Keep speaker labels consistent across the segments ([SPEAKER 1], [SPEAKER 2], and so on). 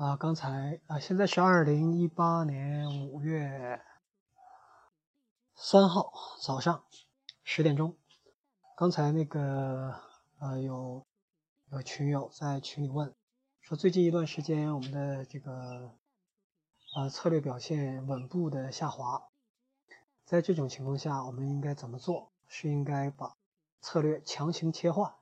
[SPEAKER 1] 刚才现在是2018年5月3号早上10点钟。刚才有群友在群里问说，最近一段时间我们的这个策略表现稳步的下滑，在这种情况下我们应该怎么做？是应该把策略强行切换，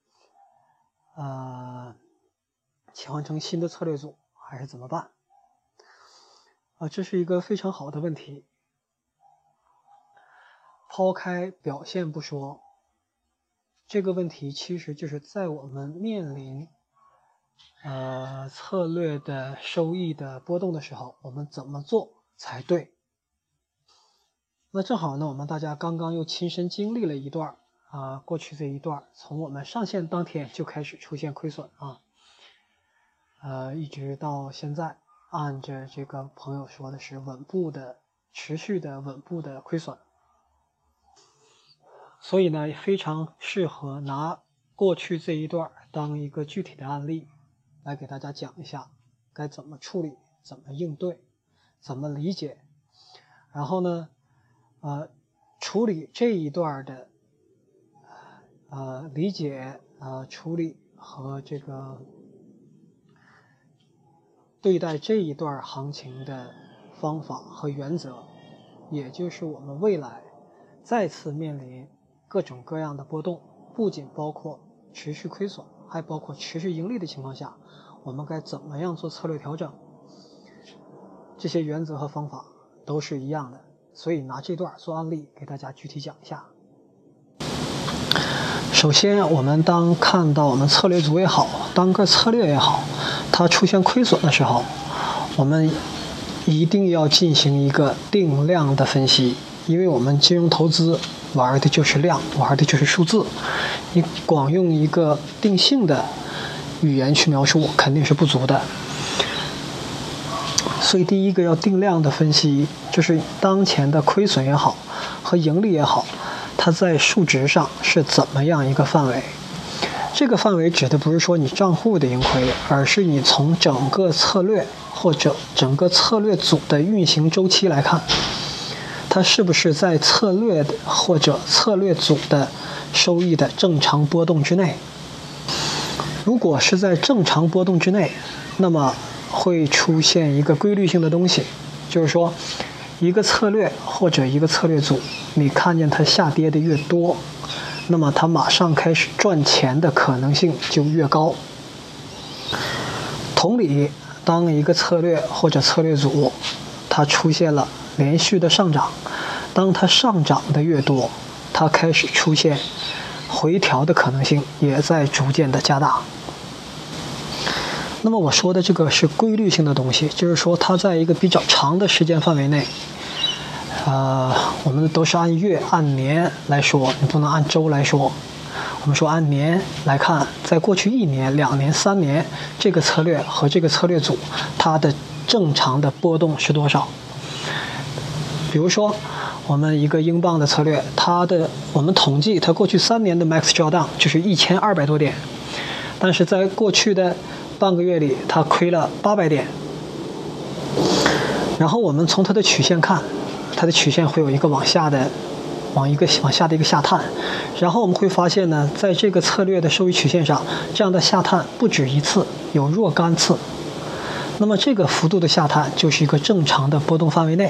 [SPEAKER 1] 切换成新的策略组，还是怎么办？这是一个非常好的问题。抛开表现不说，这个问题其实就是在我们面临策略的收益的波动的时候，我们怎么做才对？那正好呢，我们大家刚刚又亲身经历了一段过去这一段，从我们上线当天就开始出现亏损一直到现在，按着这个朋友说的是持续的稳步的亏损。所以呢，非常适合拿过去这一段当一个具体的案例来给大家讲一下该怎么处理，怎么应对，怎么理解。然后呢处理这一段的理解处理和这个对待这一段行情的方法和原则，也就是我们未来再次面临各种各样的波动，不仅包括持续亏损，还包括持续盈利的情况下，我们该怎么样做策略调整，这些原则和方法都是一样的。所以拿这段做案例给大家具体讲一下。首先，我们当看到我们策略组也好，单个策略也好，它出现亏损的时候，我们一定要进行一个定量的分析。因为我们金融投资玩的就是量，玩的就是数字，你光用一个定性的语言去描述肯定是不足的。所以第一个要定量的分析，就是当前的亏损也好和盈利也好，它在数值上是怎么样一个范围。这个范围指的不是说你账户的盈亏，而是你从整个策略或者整个策略组的运行周期来看，它是不是在策略或者策略组的收益的正常波动之内。如果是在正常波动之内，那么会出现一个规律性的东西，就是说一个策略或者一个策略组，你看见它下跌的越多，那么它马上开始赚钱的可能性就越高。同理，当一个策略或者策略组它出现了连续的上涨，当它上涨的越多，它开始出现回调的可能性也在逐渐的加大。那么我说的这个是规律性的东西，就是说它在一个比较长的时间范围内，我们都是按月按年来说，你不能按周来说。我们说按年来看，在过去1年、2年、3年，这个策略和这个策略组它的正常的波动是多少。比如说我们一个英镑的策略，我们统计它过去3年的 max drawdown 就是1200多点，但是在过去的半个月里它亏了800点。然后我们从它的曲线看，它的曲线会有一个往下的一个下探，然后我们会发现呢，在这个策略的收益曲线上，这样的下探不止一次，有若干次。那么这个幅度的下探就是一个正常的波动范围内。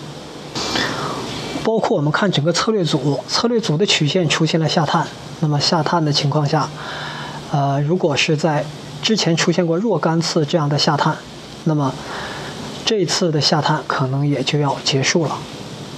[SPEAKER 1] 包括我们看整个策略组的曲线出现了下探，那么下探的情况下，如果是在之前出现过若干次这样的下探，那么这一次的下探可能也就要结束了。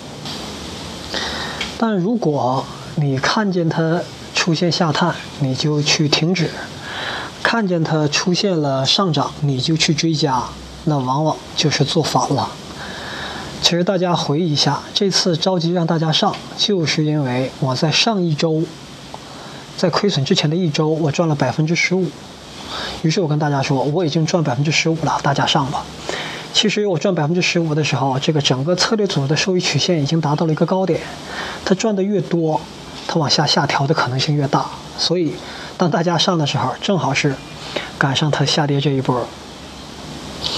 [SPEAKER 1] 但如果你看见它出现下探，你就去停止；看见它出现了上涨，你就去追加，那往往就是做反了。其实大家回忆一下，这次着急让大家上，就是因为我在上一周，在亏损之前的1周，我赚了15%。于是我跟大家说，我已经赚15%了，大家上吧。其实我赚15%的时候，这个整个策略组的收益曲线已经达到了一个高点，它赚的越多，它往下调的可能性越大。所以当大家上的时候，正好是赶上它下跌这一波。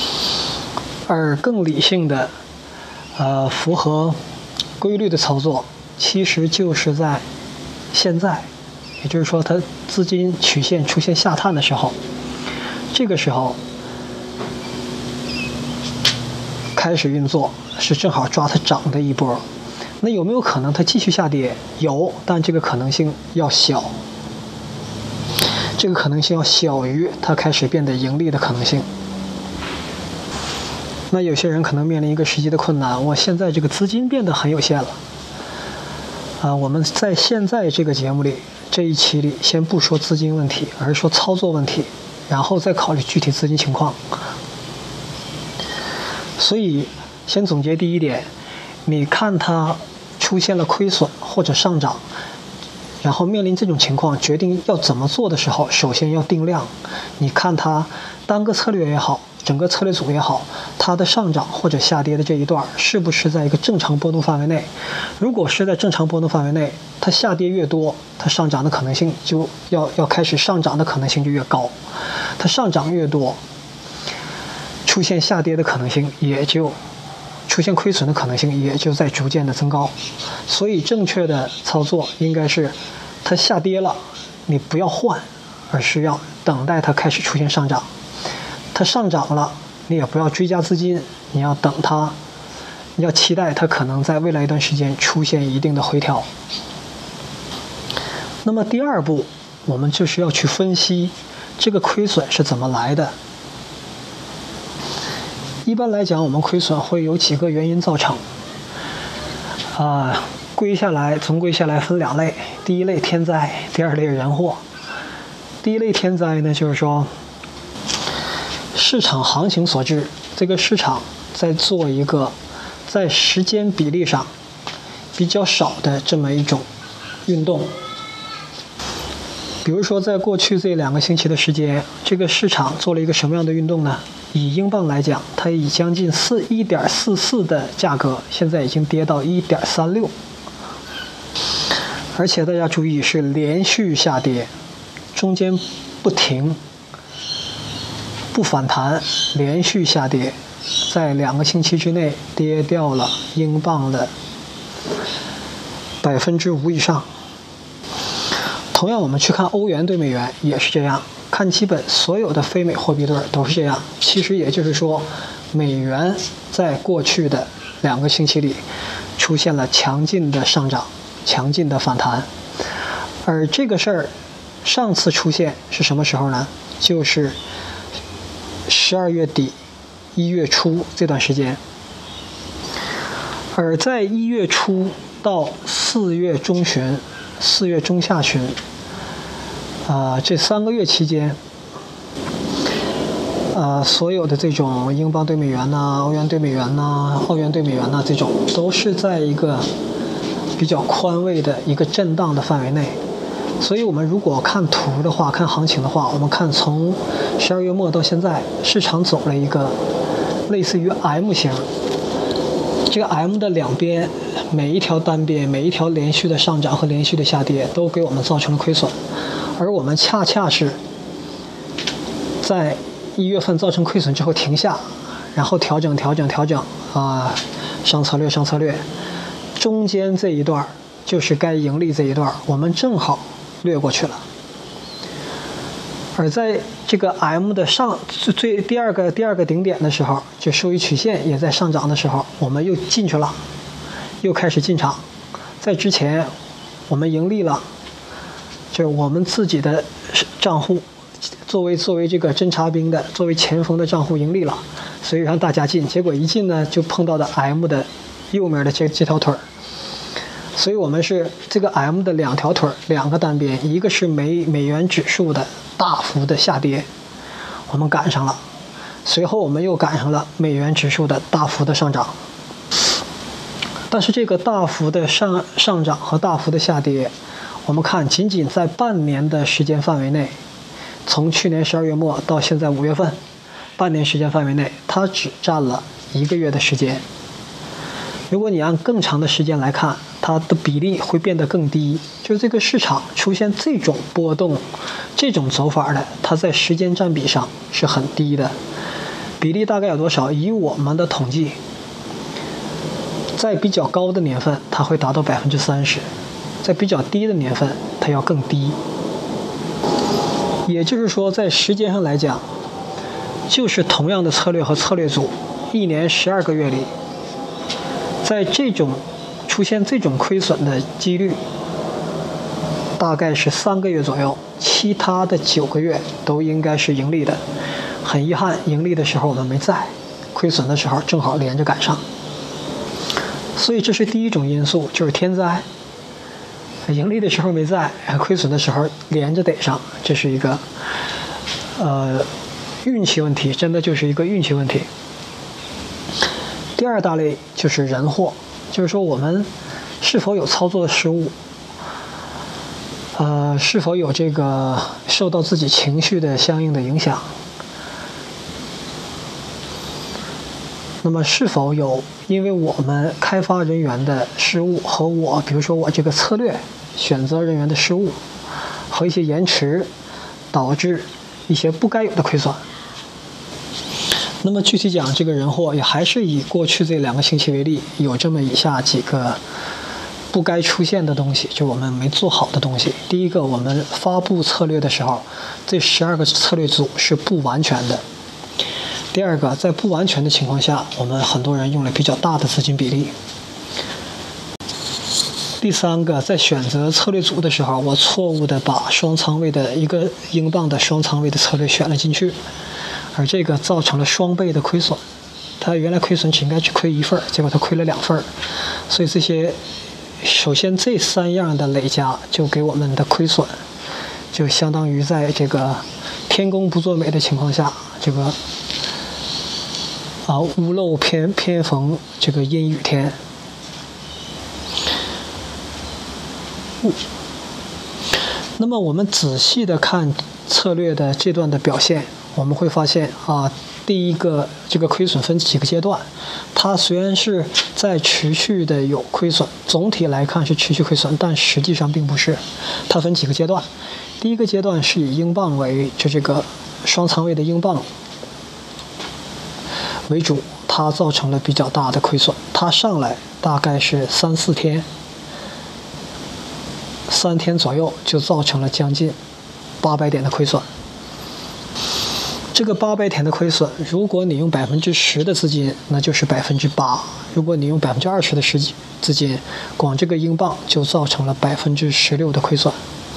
[SPEAKER 1] 而更理性的，符合规律的操作，其实就是在现在，也就是说，它资金曲线出现下探的时候，这个时候开始运作，是正好抓它涨的一波。那有没有可能它继续下跌？有，但这个可能性要小。这个可能性要小于它开始变得盈利的可能性。那有些人可能面临一个实际的困难，我现在这个资金变得很有限了。我们在现在这个节目里，这一期里先不说资金问题，而是说操作问题，然后再考虑具体资金情况。所以先总结第一点，你看它出现了亏损或者上涨，然后面临这种情况决定要怎么做的时候，首先要定量。你看它单个策略也好，整个策略组也好，它的上涨或者下跌的这一段是不是在一个正常波动范围内？如果是在正常波动范围内，它下跌越多，它上涨的可能性就要开始上涨的可能性就越高。它上涨越多，出现下跌的可能性也就出现亏损的可能性也就在逐渐的增高。所以正确的操作应该是，它下跌了，你不要换，而是要等待它开始出现上涨。它上涨了，你也不要追加资金，你要等它，你要期待它可能在未来一段时间出现一定的回调。那么第二步，我们就是要去分析这个亏损是怎么来的。一般来讲，我们亏损会有几个原因造成。总归下来分两类，第一类天灾，第二类人祸。第一类天灾呢，就是说市场行情所致，这个市场在做一个在时间比例上比较少的这么一种运动。比如说在过去这2个星期的时间，这个市场做了一个什么样的运动呢？以英镑来讲，它以将近1.44的价格，现在已经跌到1.36，而且大家注意是连续下跌，中间不停，不反弹，连续下跌，在2个星期之内跌掉了英镑的5%以上。同样，我们去看欧元对美元也是这样，看基本所有的非美货币对都是这样。其实也就是说，美元在过去的2个星期里出现了强劲的上涨、强劲的反弹，而这个事儿上次出现是什么时候呢？就是12月底、1月初这段时间。而在1月初到4月中旬、4月中下旬，这3个月期间，所有的这种英镑对美元呐、欧元对美元呐、澳元对美元呐，这种都是在一个比较宽位的一个震荡的范围内。所以我们如果看图的话，看行情的话，我们看从12月末到现在，市场走了一个类似于 M 型。这个 M 的两边，每一条单边，每一条连续的上涨和连续的下跌，都给我们造成了亏损。而我们恰恰是在1月份造成亏损之后停下，然后调整上策略，中间这一段就是该盈利这一段，我们正好略过去了。而在这个 M 的第二个顶点的时候，就收益曲线也在上涨的时候，我们又进去了，又开始进场。在之前我们盈利了，就是我们自己的账户作为这个侦察兵的，作为前锋的账户盈利了，所以让大家进。结果一进呢，就碰到的 M 的右面的这条腿。所以我们是这个 M 的2条腿，2个单边，一个是美元指数的大幅的下跌，我们赶上了，随后我们又赶上了美元指数的大幅的上涨。但是这个大幅的上涨和大幅的下跌，我们看仅仅在半年的时间范围内，从去年12月末到现在5月份，半年时间范围内，它只占了1个月的时间。如果你按更长的时间来看，它的比例会变得更低。就是这个市场出现这种波动、这种走法的，它在时间占比上是很低的。 比例大概有多少？以我们的统计，在比较高的年份，它会达到30%；在比较低的年份，它要更低。也就是说，在时间上来讲，就是同样的策略和策略组，1年12个月里，在出现这种亏损的几率，大概是3个月左右，其他的9个月都应该是盈利的。很遗憾，盈利的时候我们没在，亏损的时候正好连着赶上。所以这是第一种因素，就是天灾。盈利的时候没在，亏损的时候连着得上，这是一个运气问题，真的就是一个运气问题。第二大类就是人祸，就是说我们是否有操作的失误，是否有这个受到自己情绪的相应的影响，那么是否有因为我们开发人员的失误和比如说我这个策略选择人员的失误和一些延迟，导致一些不该有的亏损。那么具体讲这个人祸，也还是以过去这2个星期为例，有这么以下几个不该出现的东西，就我们没做好的东西。第一个，我们发布策略的时候，这12个策略组是不完全的。第二个，在不完全的情况下，我们很多人用了比较大的资金比例。第三个，在选择策略组的时候，我错误的把双仓位的一个英镑的双仓位的策略选了进去，而这个造成了双倍的亏损。他原来亏损只应该只亏1份，结果他亏了2份，所以这些首先这3样的累加就给我们的亏损，就相当于在这个天公不作美的情况下，这个屋漏偏逢这个阴雨天。那么我们仔细的看策略的这段的表现，我们会发现第一个这个亏损分几个阶段，它虽然是在持续的有亏损，总体来看是持续亏损，但实际上并不是。它分几个阶段，第一个阶段是以英镑为这个双仓位的英镑为主，它造成了比较大的亏损。它上来大概是3-4天，3天左右就造成了将近800点的亏损。这个800点的亏损，如果你用10%的资金，那就是8%；如果你用20%的资金，光这个英镑就造成了16%的亏损。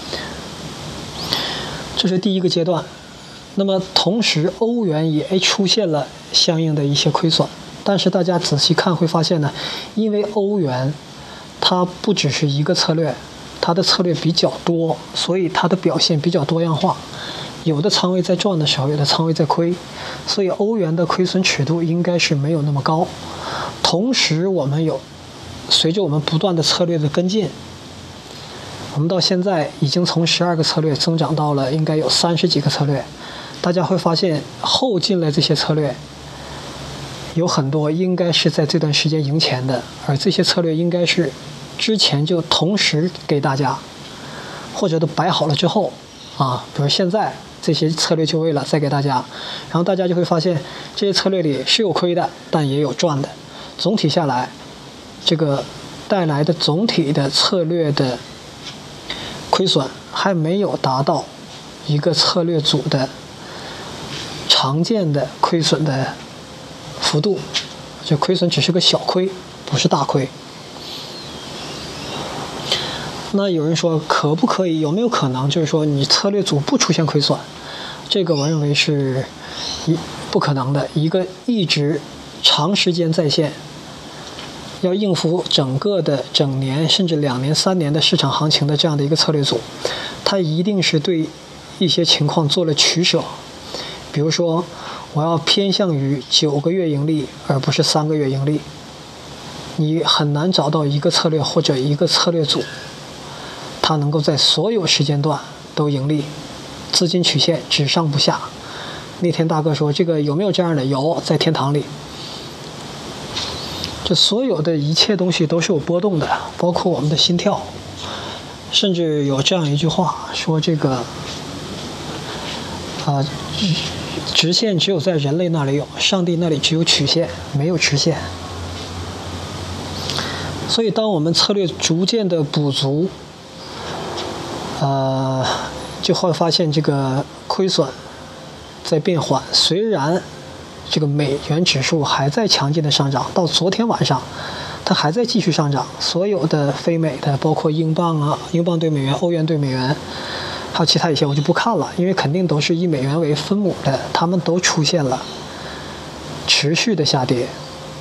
[SPEAKER 1] 这是第一个阶段。那么同时，欧元也出现了相应的一些亏损。但是大家仔细看会发现呢，因为欧元它不只是一个策略，它的策略比较多，所以它的表现比较多样化。有的仓位在赚的时候，有的仓位在亏，所以欧元的亏损尺度应该是没有那么高。同时，随着我们不断的策略的跟进，我们到现在已经从12个策略增长到了应该有30几个策略。大家会发现后进来这些策略有很多应该是在这段时间赢钱的，而这些策略应该是之前就同时给大家，或者都摆好了之后比如现在这些策略就位了再给大家，然后大家就会发现这些策略里是有亏的，但也有赚的。总体下来，这个带来的总体的策略的亏损还没有达到一个策略组的常见的亏损的幅度，就亏损只是个小亏，不是大亏。那有人说可不可以，有没有可能就是说你策略组不出现亏损？这个我认为是不可能的。一个一直长时间在线，要应付整个的整年甚至2年3年的市场行情的这样的一个策略组，它一定是对一些情况做了取舍。比如说我要偏向于9个月盈利而不是3个月盈利，你很难找到一个策略或者一个策略组它能够在所有时间段都盈利，资金曲线只上不下。那天大哥说这个有没有这样的？有，在天堂里。这所有的一切东西都是有波动的，包括我们的心跳。甚至有这样一句话说这个直线只有在人类那里有，上帝那里只有曲线，没有直线。所以当我们策略逐渐的补足，就会发现这个亏损在变缓。虽然这个美元指数还在强劲的上涨，到昨天晚上它还在继续上涨，所有的非美的，包括英镑啊、英镑对美元、欧元对美元，还有其他一些我就不看了，因为肯定都是以美元为分母的，它们都出现了持续的下跌。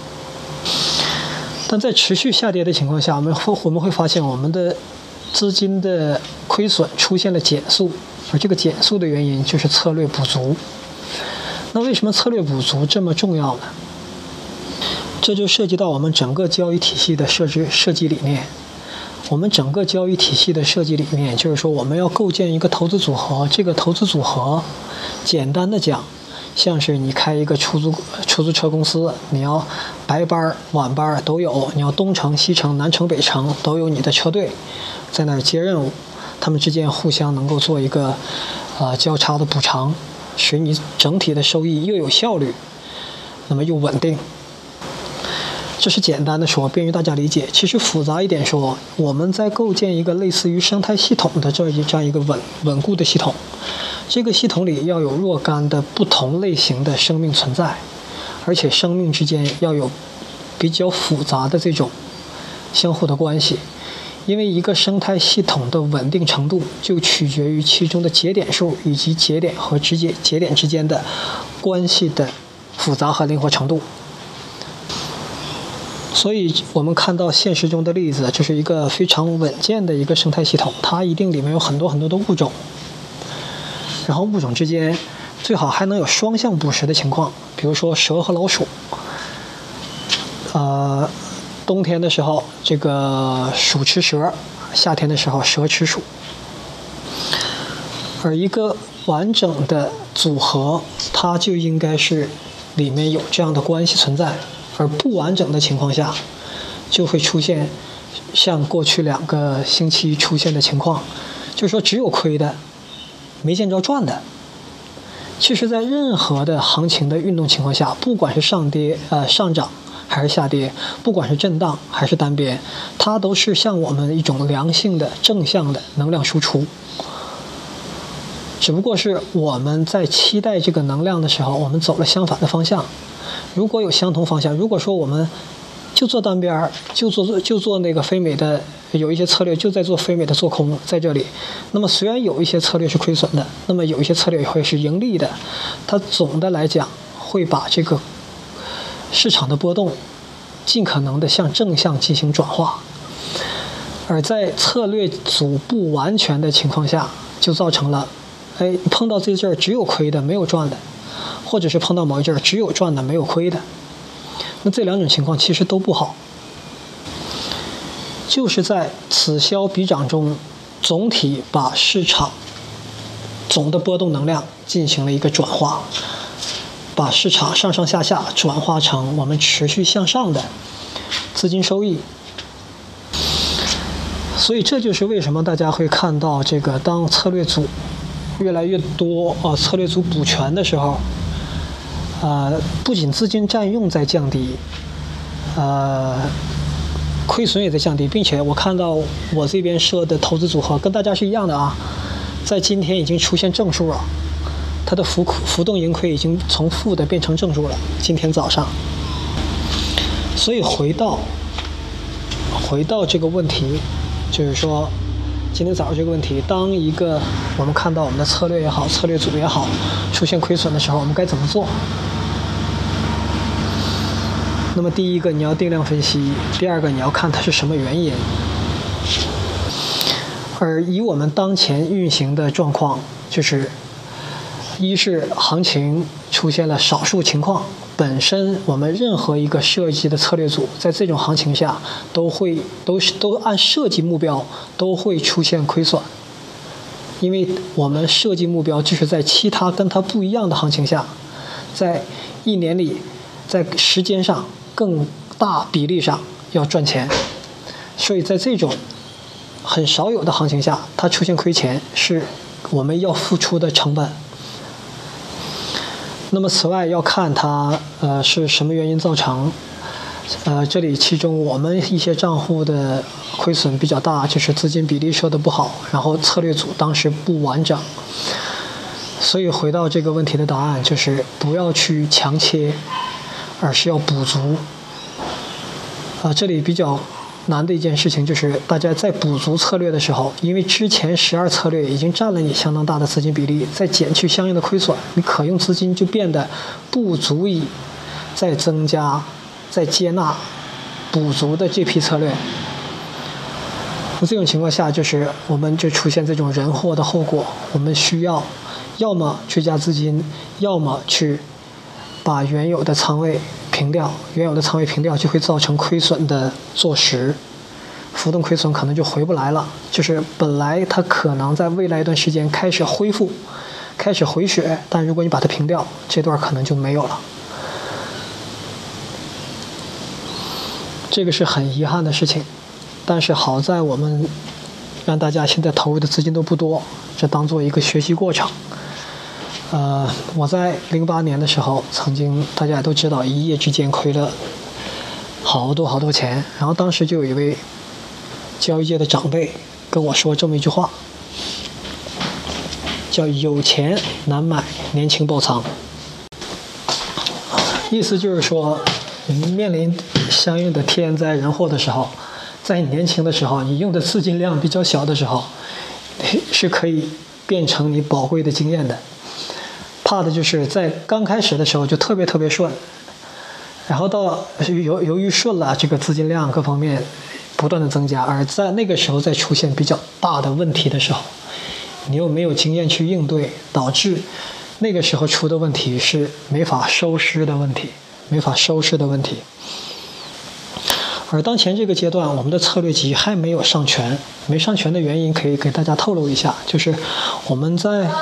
[SPEAKER 1] 但在持续下跌的情况下，我们会发现我们的资金的亏损出现了减速，而这个减速的原因就是策略补足。那为什么策略补足这么重要呢？这就涉及到我们整个交易体系的设计理念。我们整个交易体系的设计理念就是说，我们要构建一个投资组合。这个投资组合，简单的讲，像是你开一个出租车公司，你要白班晚班都有，你要东城西城南城北城都有你的车队在那儿接任务，他们之间互相能够做一个交叉的补偿，使你整体的收益又有效率，那么又稳定。这是简单的说，便于大家理解。其实复杂一点说，我们在构建一个类似于生态系统的这样一个稳固的系统。这个系统里要有若干的不同类型的生命存在，而且生命之间要有比较复杂的这种相互的关系。因为一个生态系统的稳定程度就取决于其中的节点数以及节点和节点之间的关系的复杂和灵活程度。所以我们看到现实中的例子，就是一个非常稳健的一个生态系统，它一定里面有很多很多的物种，然后物种之间最好还能有双向捕食的情况，比如说蛇和老鼠。冬天的时候这个鼠吃蛇，夏天的时候蛇吃鼠。而一个完整的组合，它就应该是里面有这样的关系存在。而不完整的情况下，就会出现像过去2个星期出现的情况，就是说只有亏的，没见着赚的。其实在任何的行情的运动情况下，不管是上涨还是下跌，不管是震荡还是单边，它都是向我们一种良性的正向的能量输出。只不过是我们在期待这个能量的时候，我们走了相反的方向。如果有相同方向，如果说我们就做单边，就做那个非美的，有一些策略就在做非美的做空在这里，那么虽然有一些策略是亏损的，那么有一些策略也会是盈利的，它总的来讲会把这个市场的波动尽可能的向正向进行转化。而在策略组不完全的情况下，就造成了碰到这阵儿只有亏的没有赚的，或者是碰到某一阵儿只有赚的没有亏的，那这2种情况其实都不好。就是在此消彼长中，总体把市场总的波动能量进行了一个转化，把市场上上下下转化成我们持续向上的资金收益。所以这就是为什么大家会看到这个当策略组越来越多策略组补全的时候，不仅资金占用在降低，亏损也在降低，并且我看到我这边设的投资组合跟大家是一样的啊，在今天已经出现正数了，它的浮动盈亏已经从负的变成正数了，今天早上。所以回到这个问题，就是说今天早上这个问题，当一个我们看到我们的策略也好，策略组也好出现亏损的时候，我们该怎么做？那么第一个你要定量分析，第二个你要看它是什么原因。而以我们当前运行的状况，就是一是行情出现了少数情况，本身我们任何一个设计的策略组在这种行情下都按设计目标都会出现亏损，因为我们设计目标就是在其他跟它不一样的行情下，在1年里在时间上更大比例上要赚钱，所以在这种很少有的行情下，它出现亏钱是我们要付出的成本。 那么此外要看它是什么原因造成。这里其中我们一些账户的亏损比较大，就是资金比例设得不好，然后策略组当时不完整。所以回到这个问题的答案就是不要去强切，而是要补足。这里比较难的一件事情就是大家在补足策略的时候，因为之前12策略已经占了你相当大的资金比例，再减去相应的亏损，你可用资金就变得不足以再增加、再接纳补足的这批策略。这种情况下，就是我们就出现这种人祸的后果。我们需要么追加资金，要么去把原有的仓位平掉。原有的仓位平掉就会造成亏损的坐实，浮动亏损可能就回不来了。就是本来它可能在未来一段时间开始恢复，开始回血，但如果你把它平掉，这段可能就没有了。这个是很遗憾的事情，但是好在我们让大家现在投入的资金都不多，这当做一个学习过程。我在08年的时候，曾经大家也都知道，一夜之间亏了好多钱。然后当时就有一位交易界的长辈跟我说这么一句话，叫有钱难买年轻爆仓。意思就是说，你面临相应的天灾人祸的时候，在你年轻的时候，你用的资金量比较小的时候，是可以变成你宝贵的经验的。怕的就是在刚开始的时候就特别顺，然后到由于顺了，这个资金量各方面不断的增加，而在那个时候再出现比较大的问题的时候，你又没有经验去应对，导致那个时候出的问题是没法收拾的问题。而当前这个阶段，我们的策略集还没有上全。没上全的原因可以给大家透露一下，就是我们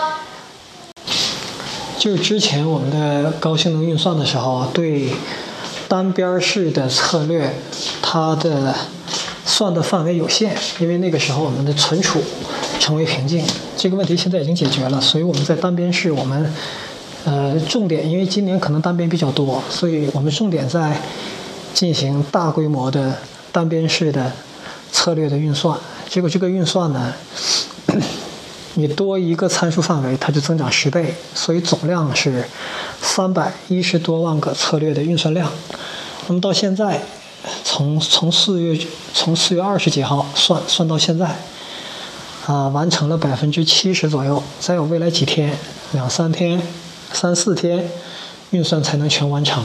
[SPEAKER 1] 就是之前我们的高性能运算的时候，对单边式的策略它的算的范围有限，因为那个时候我们的存储成为瓶颈。这个问题现在已经解决了，所以我们在单边式我们重点，因为今年可能单边比较多，所以我们重点在进行大规模的单边式的策略的运算。结果这个运算呢，你多一个参数范围，它就增长10倍，所以总量是310多万个策略的运算量。那么到现在，从4月20几号算到现在，完成了70%左右。再有未来几天，2、3天、3、4天，运算才能全完成。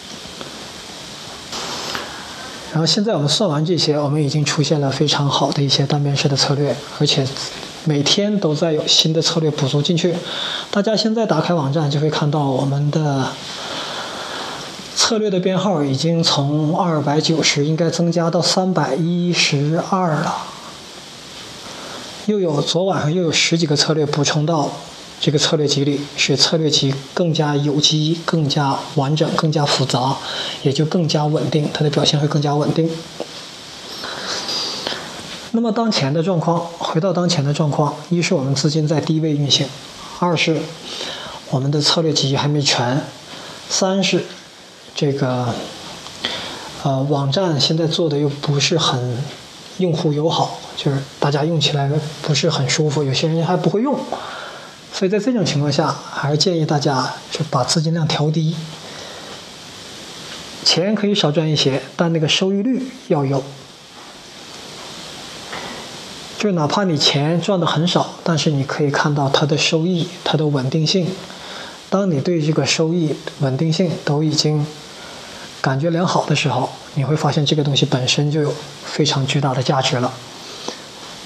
[SPEAKER 1] 然后现在我们算完这些，我们已经出现了非常好的一些单边式的策略，而且每天都在有新的策略补足进去。大家现在打开网站就会看到我们的策略的编号已经从290应该增加到312了。昨晚上又有10几个策略补充到这个策略集里，使策略集更加有机、更加完整、更加复杂，也就更加稳定，它的表现会更加稳定。那么回到当前的状况，一是我们资金在低位运行，二是我们的策略集还没全，三是这个网站现在做的又不是很用户友好，就是大家用起来不是很舒服，有些人还不会用。所以在这种情况下，还是建议大家就把资金量调低，钱可以少赚一些，但那个收益率要有。就哪怕你钱赚的很少，但是你可以看到它的收益、它的稳定性。当你对这个收益、稳定性都已经感觉良好的时候，你会发现这个东西本身就有非常巨大的价值了。